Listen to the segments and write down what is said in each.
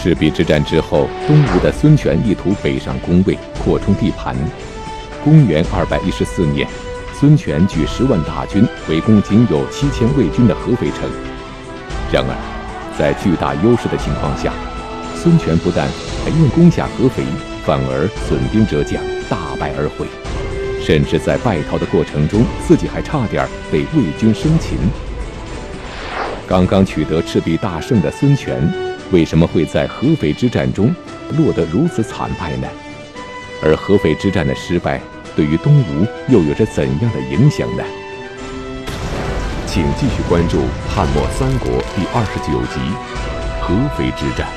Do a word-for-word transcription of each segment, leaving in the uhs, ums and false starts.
赤壁之战之后，东吴的孙权意图北上攻魏，扩充地盘。公元二百一十四年，孙权举十万大军围攻仅有七千魏军的合肥城。然而，在巨大优势的情况下，孙权不但没能攻下合肥，反而损兵折将，大败而回。甚至在败逃的过程中，自己还差点被魏军生擒。刚刚取得赤壁大胜的孙权，为什么会在合肥之战中落得如此惨败呢？而合肥之战的失败对于东吴又有着怎样的影响呢？请继续关注《汉末三国》第二十九集《合肥之战》。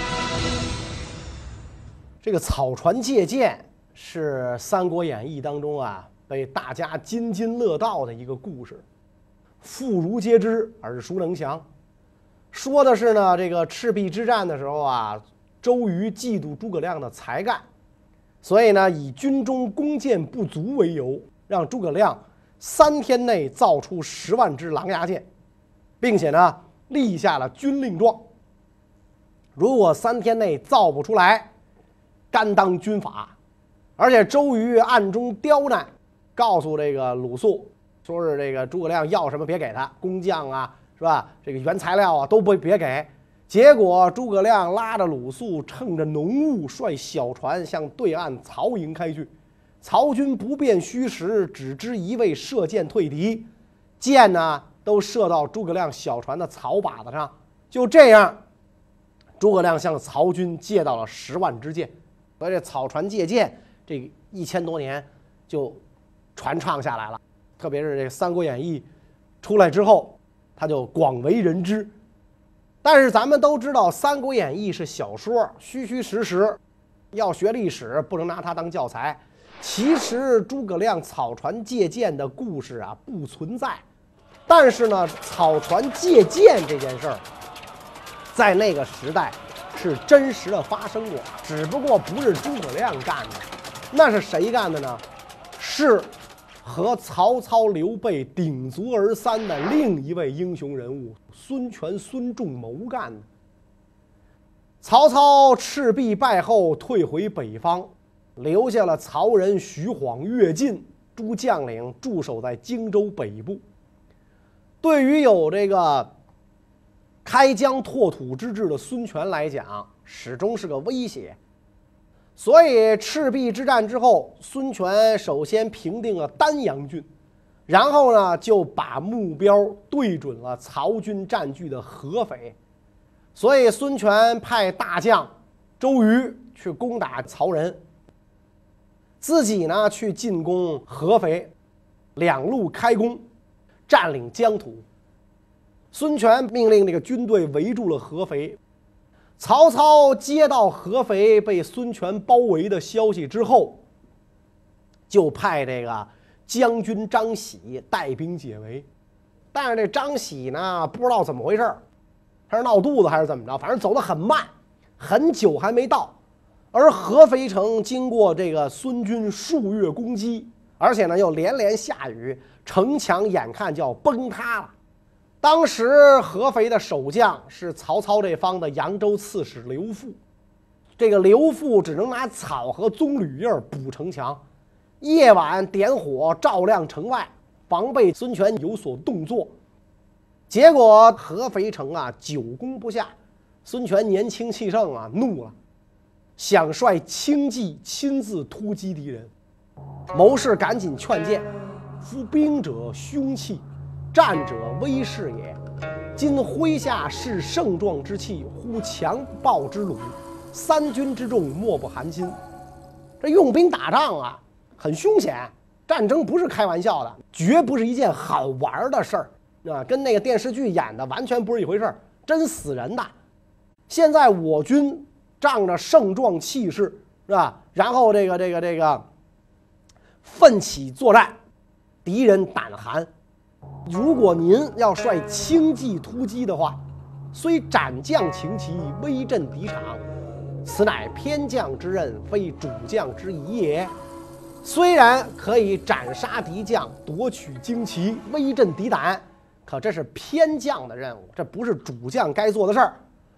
这个草船借箭是《三国演义》当中啊被大家津津乐道的一个故事，妇孺皆知，耳熟能详。说的是呢，这个赤壁之战的时候啊，周瑜嫉妒诸葛亮的才干，所以呢，以军中弓箭不足为由，让诸葛亮三天内造出十万支狼牙箭，并且呢，立下了军令状。如果三天内造不出来，甘当军法。而且周瑜暗中刁难，告诉这个鲁肃，说是这个诸葛亮要什么别给他，工匠啊，是吧？这个原材料啊都不别给。结果诸葛亮拉着鲁肃，乘着浓雾，率小船向对岸曹营开去。曹军不辨虚实，只知一味射箭退敌，箭呢都射到诸葛亮小船的草靶子上。就这样，诸葛亮向曹军借到了十万支箭。所以这草船借箭这一千多年就传唱下来了，特别是这个《三国演义》出来之后，它就广为人知。但是咱们都知道，《三国演义》是小说，虚虚实实，要学历史不能拿它当教材。其实诸葛亮草船借箭的故事啊不存在，但是呢，草船借箭这件事儿，在那个时代是真实的发生过，只不过不是诸葛亮干的。那是谁干的呢？是和曹操、刘备鼎足而三的另一位英雄人物孙权、孙仲谋干的。曹操赤壁败后退回北方，留下了曹仁、徐晃、乐进诸将领驻守在荆州北部。对于有这个开疆拓土之志的孙权来讲，始终是个威胁。所以赤壁之战之后，孙权首先平定了丹阳郡，然后呢就把目标对准了曹军占据的合肥。所以孙权派大将周瑜去攻打曹仁，自己呢去进攻合肥，两路开攻，占领疆土。孙权命令这个军队围住了合肥。曹操接到合肥被孙权包围的消息之后，就派这个将军张喜带兵解围。但是这张喜呢，不知道怎么回事，他是闹肚子还是怎么着，反正走得很慢，很久还没到。而合肥城经过这个孙军数月攻击，而且呢又连连下雨，城墙眼看就要崩塌了。当时合肥的守将是曹操这方的扬州刺史刘馥，这个刘馥只能拿草和棕榈叶补城墙，夜晚点火照亮城外，防备孙权有所动作。结果合肥城啊久攻不下，孙权年轻气盛啊怒了，想率轻骑亲自突击敌人。谋士赶紧劝谏：夫兵者凶器，战者威势也。今麾下是盛壮之气，忽强暴之虏，三军之众莫不寒心。这用兵打仗啊，很凶险，战争不是开玩笑的，绝不是一件好玩的事儿啊，跟那个电视剧演的完全不是一回事儿，真死人的。现在我军仗着盛壮气势，是吧？然后这个这个这个奋起作战，敌人胆寒。如果您要率轻骑突击的话，虽斩将擎旗，威震敌场，此乃偏将之任，非主将之宜也。虽然可以斩杀敌将，夺取旌旗，威震敌胆，可这是偏将的任务，这不是主将该做的事儿。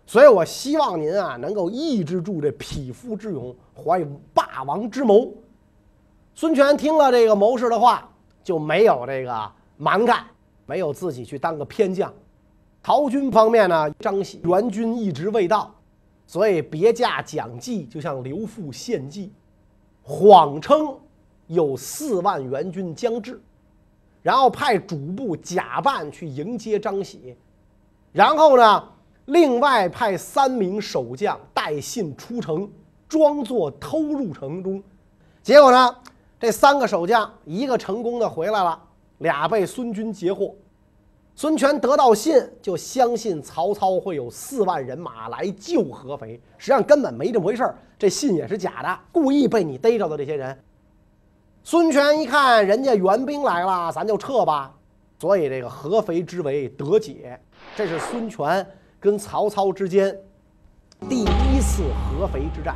所以我希望您啊能够抑制住这匹夫之勇，怀霸王之谋。孙权听了这个谋士的话，就没有这个蛮干，没有自己去当个偏将。曹军方面呢，张喜援军一直未到，所以别驾蒋济就向刘馥献计，谎称有四万援军将至，然后派主簿假扮去迎接张喜，然后呢，另外派三名守将带信出城，装作偷入城中。结果呢，这三个守将一个成功的回来了，俩被孙军截获。孙权得到信，就相信曹操会有四万人马来救合肥，实际上根本没这么回事儿，这信也是假的，故意被你逮着的这些人。孙权一看人家援兵来了，咱就撤吧，所以这个合肥之围得解。这是孙权跟曹操之间第一次合肥之战。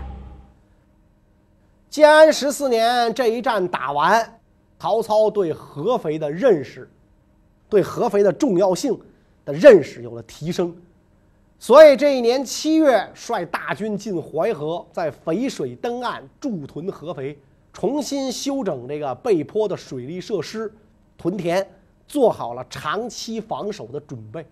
建安十四年这一战打完，曹操对合肥的认识，对合肥的重要性的认识有了提升，所以这一年七月率大军进淮河，在淝水登岸，驻屯合肥，重新修整这个背坡的水利设施，屯田，做好了长期防守的准备。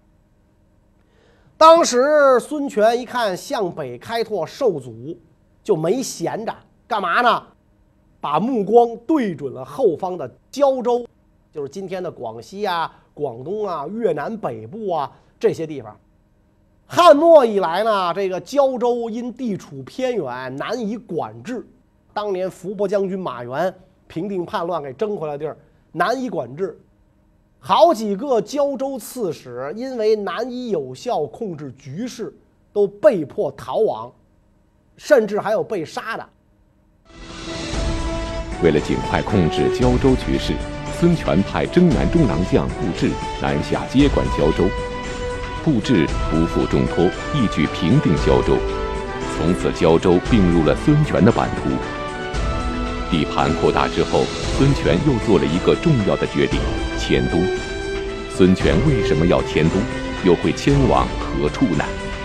当时孙权一看向北开拓受阻，就没闲着，干嘛呢？把目光对准了后方的胶州，就是今天的广西啊、广东啊、越南北部啊这些地方。汉末以来呢，这个胶州因地处偏远，难以管制。当年伏波将军马援平定叛乱给征回来的地儿，难以管制。好几个胶州刺史因为难以有效控制局势，都被迫逃亡，甚至还有被杀的。 为了尽快控制胶州局势，孙权派征南中郎将布置南下接管胶州。布置不负重托，一举平定胶州，从此胶州并入了孙权的版图。地盘扩大之后，孙权又做了一个重要的决定：迁都。孙权为什么要迁都？又会迁往何处呢？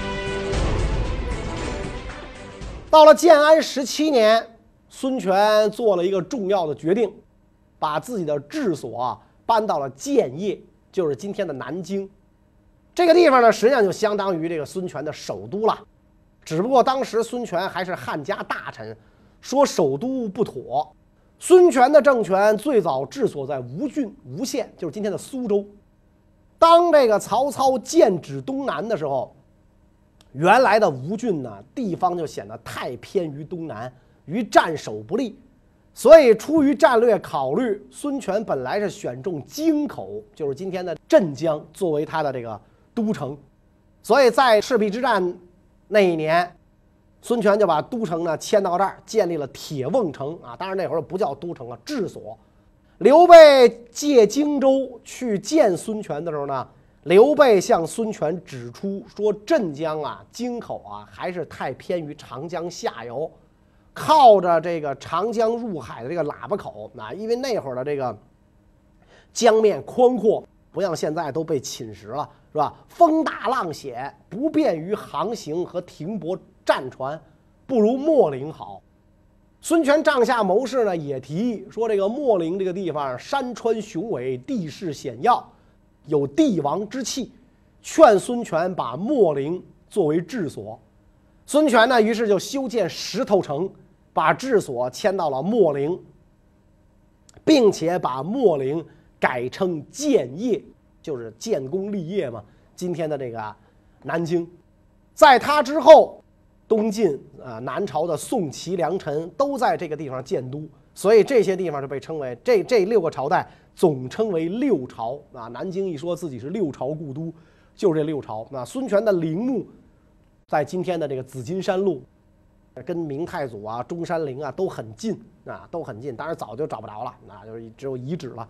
到了建安十七年，孙权做了一个重要的决定，把自己的治所啊搬到了建业，就是今天的南京。这个地方呢，实际上就相当于这个孙权的首都了，只不过当时孙权还是汉家大臣，说首都不妥。孙权的政权最早治所在吴郡吴县，就是今天的苏州。当这个曹操剑指东南的时候，原来的吴郡呢，地方就显得太偏于东南，于战守不利。所以出于战略考虑，孙权本来是选中京口，就是今天的镇江，作为他的这个都城。所以在赤壁之战那一年，孙权就把都城呢迁到这儿，建立了铁瓮城啊。当然那会儿不叫都城啊，治所。刘备借荆州去见孙权的时候呢，刘备向孙权指出说，镇江啊、京口啊，还是太偏于长江下游，靠着这个长江入海的这个喇叭口啊，因为那会儿的这个江面宽阔，不像现在都被侵蚀了，是吧？风大浪险，不便于航行和停泊战船，不如秣陵好。孙权帐下谋士呢也提议说，这个秣陵这个地方山川雄伟，地势险要，有帝王之气，劝孙权把秣陵作为治所。孙权呢，于是就修建石头城，把治所迁到了秣陵，并且把秣陵改称建业，就是建功立业嘛，今天的这个南京。在他之后，东晋啊、呃、南朝的宋齐梁陈都在这个地方建都，所以这些地方就被称为这这六个朝代总称为六朝啊。南京一说自己是六朝故都，就是这六朝。那孙权的陵墓在今天的这个紫金山路，跟明太祖啊、中山陵啊都很近啊，都很近。当然早就找不着了，那就是只有遗址了。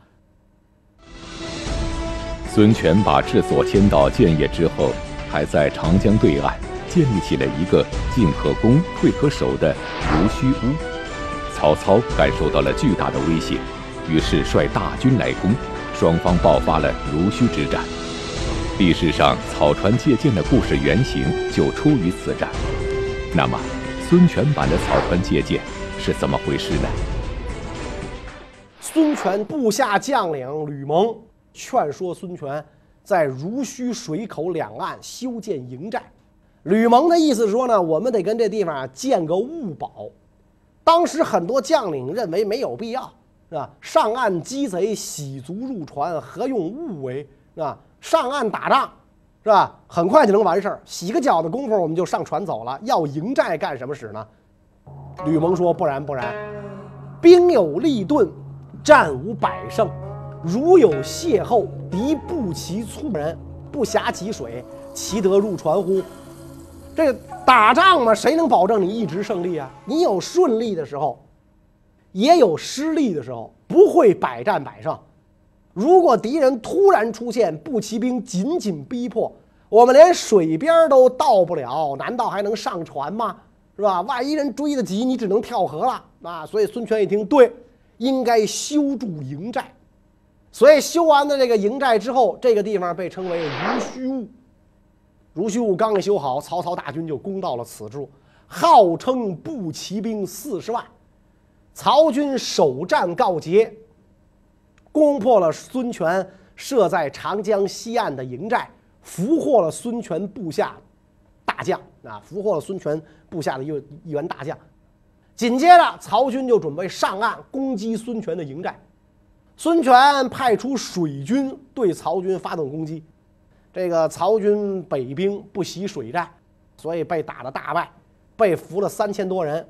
孙权把治所迁到建业之后，还在长江对岸建立起了一个进可攻、退可守的濡须屋。曹操感受到了巨大的威胁，于是率大军来攻，双方爆发了濡须之战。 历史上草船借箭的故事原型就出于此战。那么，孙权版的草船借箭是怎么回事呢？ 孙权部下将领吕蒙劝说孙权在濡须水口两岸修建营寨。吕蒙的意思是说呢，我们得跟这地方啊建个物堡。当时很多将领认为没有必要，是吧？上岸击贼，洗足入船，何用物为？是吧？上岸打仗，是吧？很快就能完事儿，洗个脚的功夫我们就上船走了。要营寨干什么使呢？吕蒙说：“不然不然，兵有利钝，战无百胜。如有邂逅，敌不其粗人，不暇其水，其得入船乎？”这个打仗嘛，谁能保证你一直胜利啊？你有顺利的时候，也有失利的时候，不会百战百胜。如果敌人突然出现，步骑兵紧紧逼迫，我们连水边都到不了，难道还能上船吗？是吧？万一人追得急，你只能跳河了啊！所以孙权一听，对，应该修筑营寨。所以修完的这个营寨之后，这个地方被称为濡须坞。濡须坞刚一修好，曹操大军就攻到了此处，号称步骑兵四十万。曹军首战告捷，攻破了孙权设在长江西岸的营寨，俘获了孙权部下大将啊，俘获了孙权部下的一一员大将。紧接着，曹军就准备上岸攻击孙权的营寨。孙权派出水军对曹军发动攻击。这个曹军北兵不习水战，所以被打了大败，被俘了三千多人。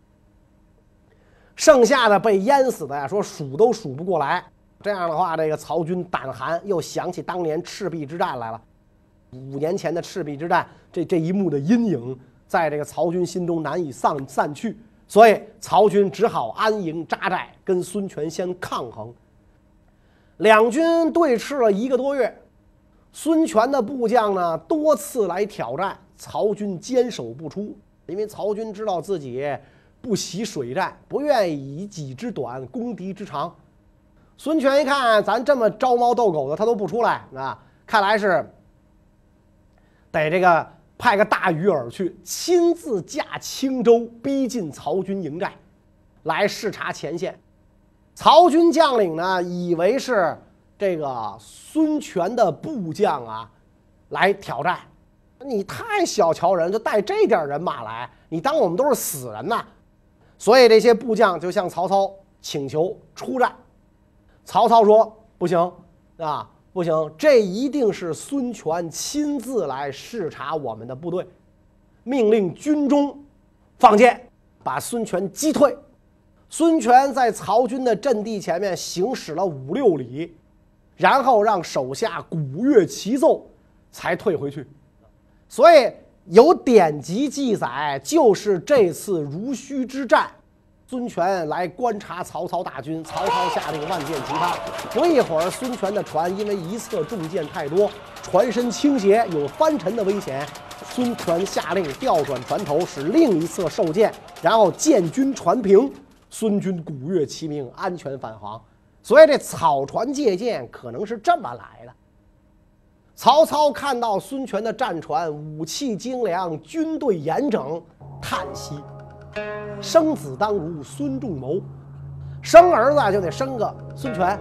剩下的被淹死的呀，说数都数不过来。这样的话，这个曹军胆寒，又想起当年赤壁之战来了。五年前的赤壁之战，这这一幕的阴影，在这个曹军心中难以散散去，所以曹军只好安营扎寨，跟孙权先抗衡。两军对峙了一个多月。孙权的部将呢，多次来挑战，曹军坚守不出，因为曹军知道自己不习水战，不愿意以己之短攻敌之长。孙权一看咱这么招猫逗狗的，他都不出来啊，看来是得这个派个大鱼饵去，亲自驾轻舟逼近曹军营寨，来视察前线。曹军将领呢，以为是这个孙权的部将啊，来挑战，你太小瞧人，就带这点人马来，你当我们都是死人呐？所以这些部将就向曹操请求出战。曹操说：“不行啊，不行，这一定是孙权亲自来视察我们的部队，命令军中放箭，把孙权击退。”孙权在曹军的阵地前面行驶了五六里。然后让手下鼓乐齐奏，才退回去。所以有典籍记载，就是这次濡须之战，孙权来观察曹操大军，曹操下令万箭齐发。不一会儿，孙权的船因为一侧重箭太多，船身倾斜，有翻沉的危险。孙权下令调转船头，使另一侧受箭，然后箭军船平，孙军鼓乐齐鸣，安全返航。所以这草船借箭可能是这么来的。曹操看到孙权的战船武器精良，军队严整，叹息：生子当如孙仲谋，生儿子就得生个孙权。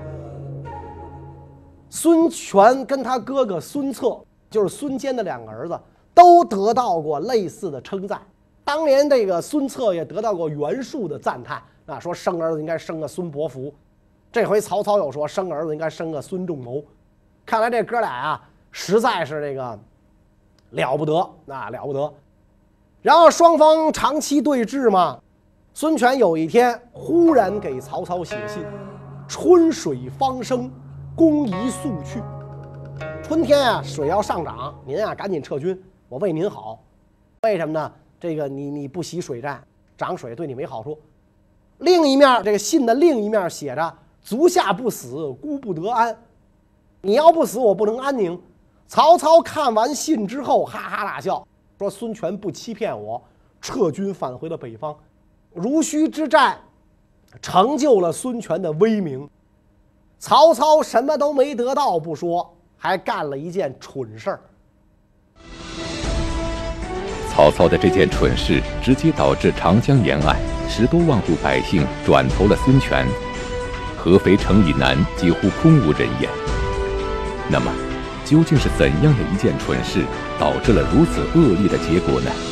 孙权跟他哥哥孙策，就是孙坚的两个儿子，都得到过类似的称赞。当年这个孙策也得到过袁术的赞叹啊，说生儿子应该生个孙伯符。这回曹操又说生儿子应该生个孙仲谋，看来这哥俩啊实在是这个了不得啊，了不得。然后双方长期对峙嘛，孙权有一天忽然给曹操写信：“春水方生，公宜速去。春天啊，水要上涨，您啊赶紧撤军，我为您好。为什么呢？这个你你不习水战，涨水对你没好处。”另一面，这个信的另一面写着：“足下不死，孤不得安。你要不死，我不能安宁。”曹操看完信之后，哈哈大笑，说：“孙权不欺骗我，撤军返回了北方。濡须之战成就了孙权的威名。曹操什么都没得到不说， 还干了一件蠢事儿。 曹操的这件蠢事，直接导致长江沿岸十多万户百姓转投了孙权，合肥城以南几乎空无人烟。那么，究竟是怎样的一件蠢事，导致了如此恶劣的结果呢？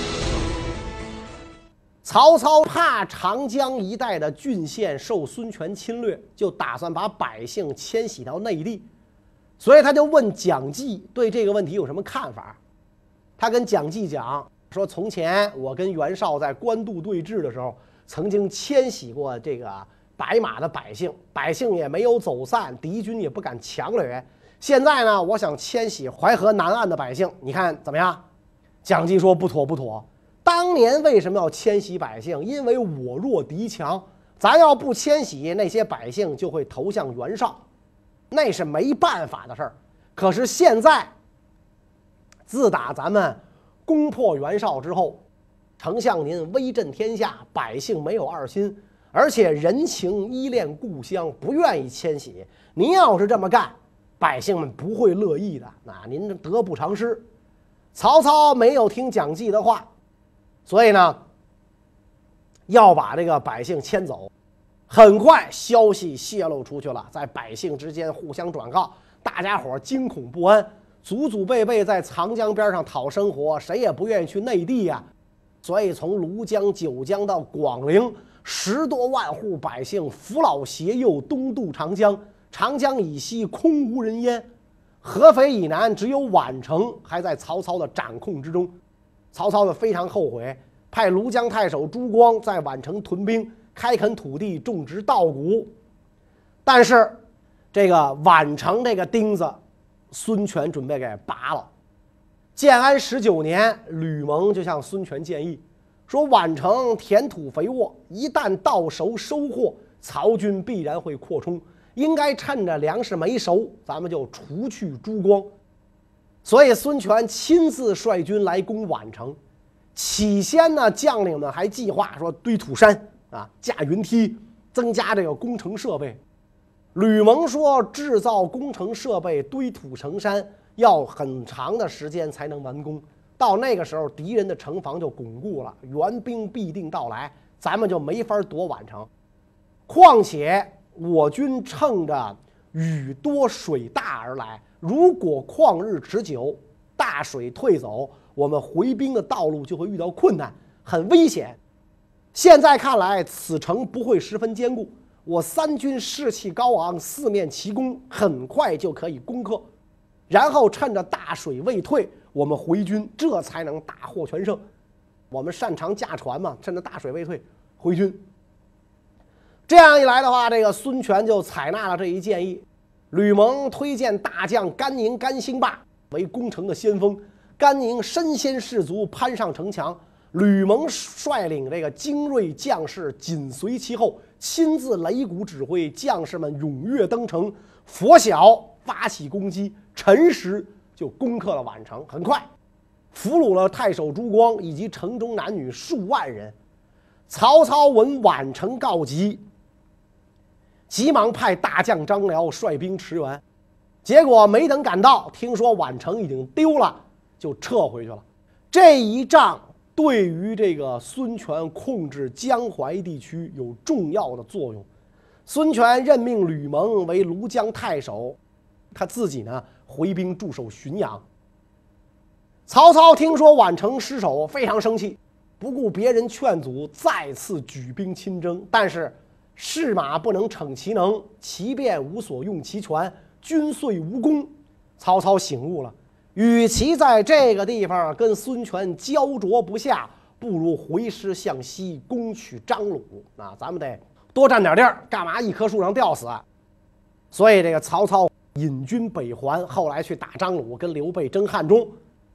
曹操怕长江一带的郡县受孙权侵略，就打算把百姓迁徙到内地，所以他就问蒋济对这个问题有什么看法。他跟蒋济讲说，从前我跟袁绍在官渡对峙的时候，曾经迁徙过这个白马的百姓，百姓也没有走散，敌军也不敢强掠。现在呢，我想迁徙淮河南岸的百姓，你看怎么样？蒋济说不妥不妥。当年为什么要迁徙百姓？因为我弱敌强，咱要不迁徙，那些百姓就会投向袁绍，那是没办法的事儿。可是现在，自打咱们攻破袁绍之后，丞相您威震天下，百姓没有二心，而且人情依恋故乡，不愿意迁徙。您要是这么干，百姓们不会乐意的，那您得不偿失。曹操没有听蒋济的话，所以呢，要把这个百姓迁走。很快消息泄露出去了，在百姓之间互相转告，大家伙惊恐不安，祖祖辈辈在长江边上讨生活，谁也不愿意去内地呀、啊。所以从庐江、九江到广陵，十多万户百姓扶老携幼东渡长江，长江以西空无人烟，合肥以南只有宛城还在曹操的掌控之中。曹操就非常后悔，派庐江太守朱光在宛城屯兵，开垦土地，种植稻谷。但是这个宛城这个钉子，孙权准备给拔了。建安十九年，吕蒙就向孙权建议说，宛城田土肥沃，一旦稻熟收获，曹军必然会扩充，应该趁着粮食没熟，咱们就除去朱光。所以孙权亲自率军来攻宛城。起先呢，将领们还计划说堆土山啊，架云梯，增加这个工程设备。吕蒙说，制造工程设备堆土成山要很长的时间才能完工，到那个时候敌人的城防就巩固了，援兵必定到来，咱们就没法夺宛城。况且我军乘着雨多水大而来，如果旷日持久，大水退走，我们回兵的道路就会遇到困难，很危险。现在看来，此城不会十分坚固，我三军士气高昂，四面齐攻，很快就可以攻克。然后趁着大水未退，我们回军，这才能大获全胜。我们擅长驾船嘛，趁着大水未退回军。这样一来的话，这个孙权就采纳了这一建议。吕蒙推荐大将甘宁、甘兴霸为攻城的先锋。甘宁身先士卒，攀上城墙。吕蒙率领这个精锐将士紧随其后，亲自擂鼓指挥，将士们踊跃登城。拂晓发起攻击，辰时就攻克了宛城。很快，俘虏了太守朱光以及城中男女数万人。曹操闻宛城告急，急忙派大将张辽率兵驰援，结果没等赶到，听说宛城已经丢了，就撤回去了。这一仗对于这个孙权控制江淮地区有重要的作用。孙权任命吕蒙为庐江太守，他自己呢回兵驻守浔阳。曹操听说宛城失守，非常生气，不顾别人劝阻，再次举兵亲征。但是士马不能逞其能，其便无所用其权，军遂无功。曹操醒悟了，与其在这个地方跟孙权焦灼不下，不如回师向西攻取张鲁。啊，咱们得多占点地儿，干嘛一棵树上吊死啊？所以这个曹操引军北还，后来去打张鲁，跟刘备争汉中。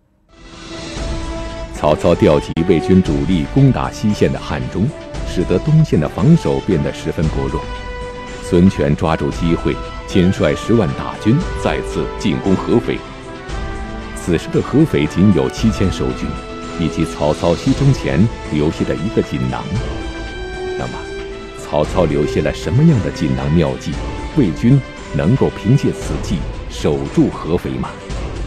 曹操调集魏军主力攻打西线的汉中，使得东线的防守变得十分薄弱。孙权抓住机会，亲率十万大军再次进攻合肥。此时的合肥仅有七千守军，以及曹操西征前留下的一个锦囊。那么，曹操留下了什么样的锦囊妙计？魏军能够凭借此计守住合肥吗？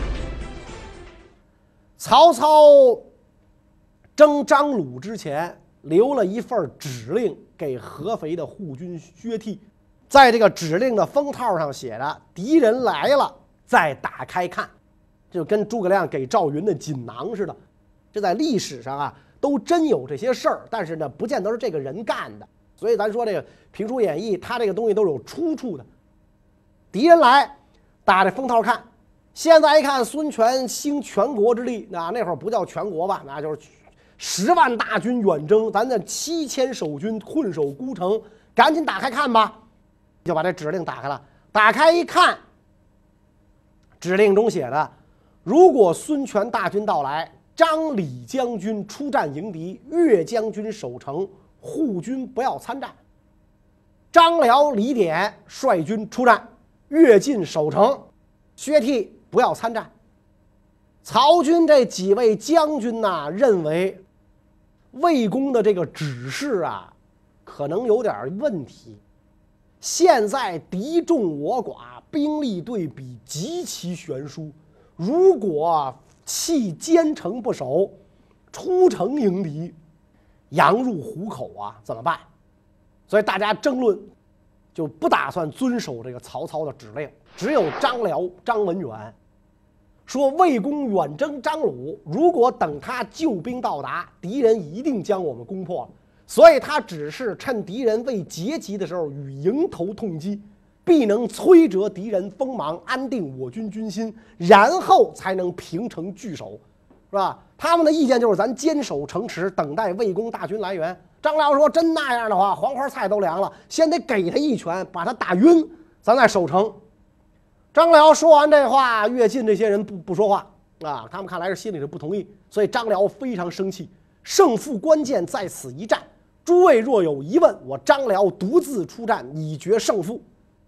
曹操征张鲁之前，留了一份指令给合肥的护军薛悌，在这个指令的封套上写着“敌人来了，再打开看”，就跟诸葛亮给赵云的锦囊似的。这在历史上啊，都真有这些事儿，但是呢，不见得是这个人干的。所以咱说这个《评书演义》，它这个东西都是有出处的。敌人来，打这封套看。现在一看，孙权兴全国之力，那那会儿不叫全国吧，那就是十万大军远征，咱这七千守军困守孤城，赶紧打开看吧，就把这指令打开了。打开一看，指令中写的：如果孙权大军到来，张李将军出战迎敌，岳将军守城，护军不要参战。张辽、李典率军出战，岳进守城，薛悌不要参战。曹军这几位将军呐、啊，认为魏公的这个指示啊，可能有点问题。现在敌众我寡，兵力对比极其悬殊，如果弃坚城不守，出城迎敌，羊入虎口啊，怎么办？所以大家争论，就不打算遵守这个曹操的指令。只有张辽、张文远说，魏公远征张鲁，如果等他救兵到达，敌人一定将我们攻破了。所以他只是趁敌人未结集的时候，与迎头痛击，必能摧折敌人锋芒，安定我军军心，然后才能平城据守，是吧？他们的意见就是咱坚守城池，等待魏公大军来援。张辽说，真那样的话，黄花菜都凉了，先得给他一拳，把他打晕，咱再守城。张辽说完这话，岳进这些人不不说话啊，他们看来是心里是不同意，所以张辽非常生气。胜负关键在此一战，诸位若有疑问，我张辽独自出战，以决胜负。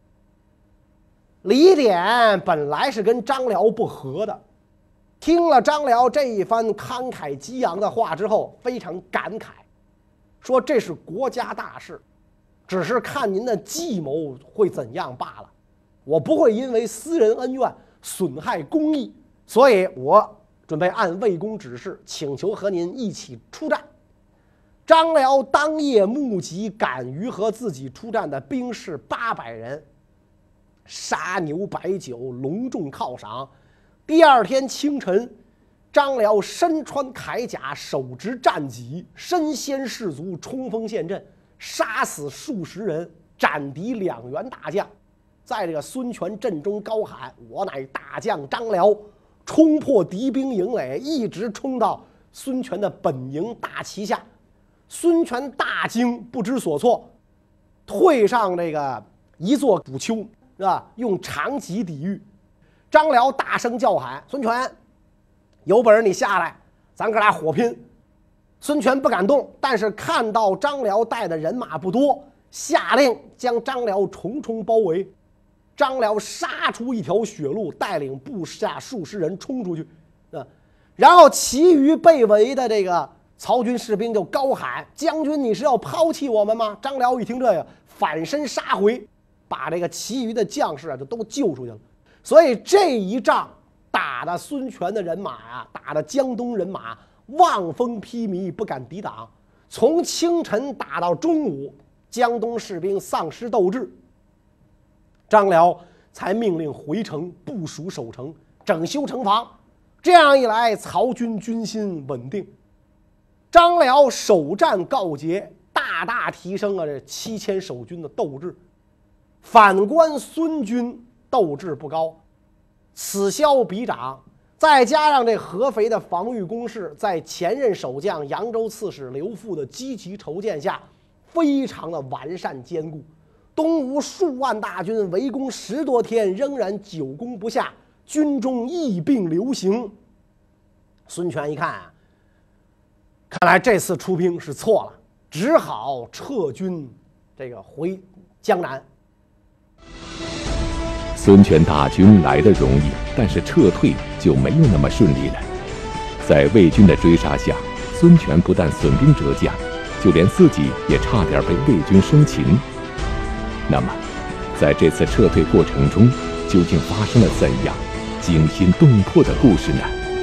李典本来是跟张辽不和的，听了张辽这一番慷慨激昂的话之后，非常感慨，说这是国家大事，只是看您的计谋会怎样罢了。我不会因为私人恩怨损害公义，所以我准备按魏公指示，请求和您一起出战。张辽当夜募集敢于和自己出战的兵士八百人，杀牛摆酒，隆重犒赏。第二天清晨，张辽身穿铠甲，手执战戟，身先士卒，冲锋陷阵，杀死数十人，斩敌两员大将。在这个孙权阵中高喊：“我乃大将张辽！”冲破敌兵营垒，一直冲到孙权的本营大旗下。孙权大惊，不知所措，退上这个一座补丘，是吧？用长戟抵御。张辽大声叫喊：“孙权，有本事你下来，咱哥俩火拼！”孙权不敢动，但是看到张辽带的人马不多，下令将张辽重重包围。张辽杀出一条血路，带领部下数十人冲出去，啊，然后其余被围的这个曹军士兵就高喊：“将军，你是要抛弃我们吗？”张辽一听这个，反身杀回，把这个其余的将士啊就都救出去了。所以这一仗打的孙权的人马啊，打的江东人马望风披靡，不敢抵挡。从清晨打到中午，江东士兵丧失斗志。张辽才命令回城部署守城，整修城防。这样一来，曹军军心稳定。张辽首战告捷，大大提升了这七千守军的斗志。反观孙军斗志不高，此消彼长。再加上这合肥的防御工事，在前任守将扬州刺史刘馥的积极筹建下，非常的完善坚固。东吴数万大军围攻十多天，仍然久攻不下，军中疫病流行。孙权一看啊，看来这次出兵是错了，只好撤军，这个回江南。 孙权大军来得容易，但是撤退就没有那么顺利了。在魏军的追杀下，孙权不但损兵折将，就连自己也差点被魏军生擒。那么，在这次撤退过程中， 究竟发生了怎样惊心动魄的故事呢？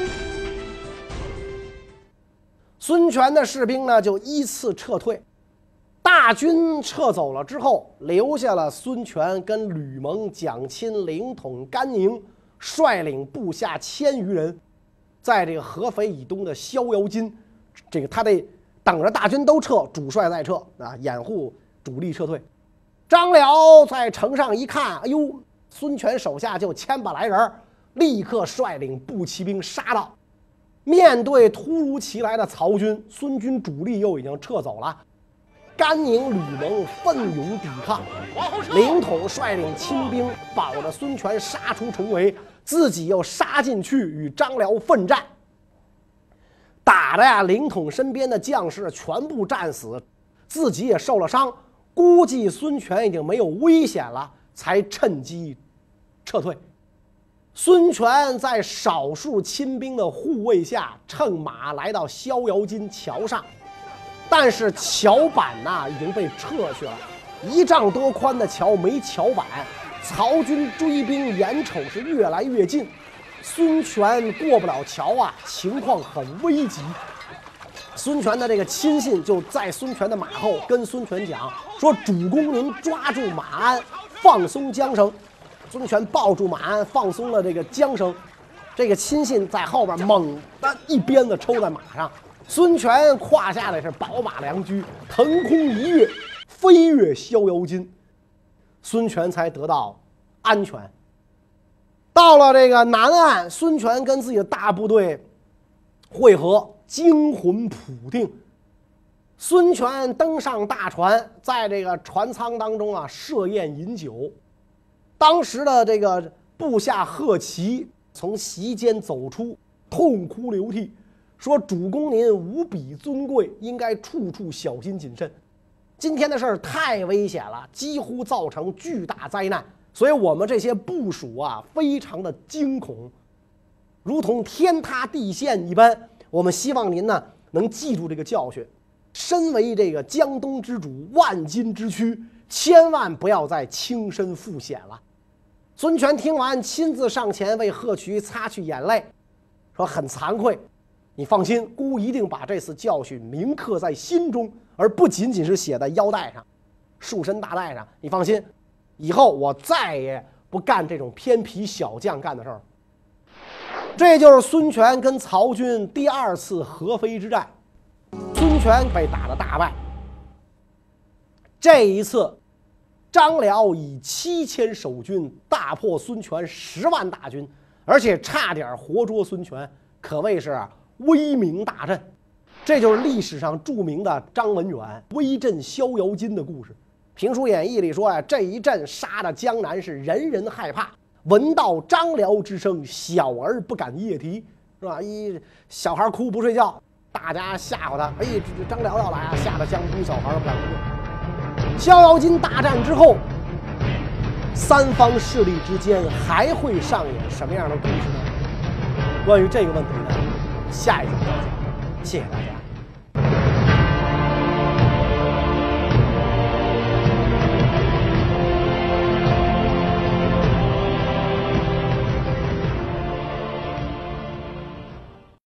孙权的士兵呢就依次撤退，大军撤走了之后，留下了孙权跟吕蒙、蒋钦、凌统、甘宁率领部下千余人，在这个合肥以东的逍遥津，这个他得等着大军都撤，主帅再撤啊，掩护主力撤退。张辽在城上一看，哎呦，孙权手下就千把来人，立刻率领步骑兵杀到。面对突如其来的曹军，孙军主力又已经撤走了。甘宁、吕蒙奋勇抵抗，凌统率领亲兵保着孙权杀出重围，自己又杀进去与张辽奋战。打的呀，凌统身边的将士全部战死，自己也受了伤，估计孙权已经没有危险了，才趁机撤退。孙权在少数亲兵的护卫下，乘马来到逍遥津桥上，但是桥板呐已经被撤去了，一丈多宽的桥没桥板，曹军追兵眼瞅是越来越近，孙权过不了桥啊，情况很危急。孙权的这个亲信就在孙权的马后跟孙权讲说：“主公您抓住马鞍，放松缰绳。”孙权抱住马鞍，放松了这个缰绳。这个亲信在后边猛地一鞭子抽在马上，孙权胯下的是宝马良驹，腾空一跃，飞越逍遥津，孙权才得到安全。到了这个南岸，孙权跟自己的大部队会合，惊魂甫定。孙权登上大船，在这个船舱当中啊设宴饮酒。当时的这个部下贺齐从席间走出，痛哭流涕，说：“主公您无比尊贵，应该处处小心谨慎。今天的事儿太危险了，几乎造成巨大灾难，所以我们这些部属啊，非常的惊恐，如同天塌地陷一般。我们希望您呢能记住这个教训，身为这个江东之主，万金之躯，千万不要再轻身赴险了。”孙权听完，亲自上前为贺渠擦去眼泪，说：“很惭愧，你放心，孤一定把这次教训铭刻在心中，而不仅仅是写在腰带上、束身大带上。你放心，以后我再也不干这种偏僻小将干的事儿。”这就是孙权跟曹军第二次合肥之战，孙权被打得大败。这一次，张辽以七千守军大破孙权十万大军，而且差点活捉孙权，可谓是威名大振。这就是历史上著名的张文远威震逍遥津的故事。评书演义里说呀、啊，这一阵杀的江南是人人害怕，闻到张辽之声，小儿不敢夜啼，是吧？一小孩哭不睡觉，大家吓唬他，哎，这这张辽要来啊，吓得江东小孩都不敢哭。逍遥津大战之后，三方势力之间还会上演什么样的故事呢？关于这个问题呢，下一集再讲。谢谢大家。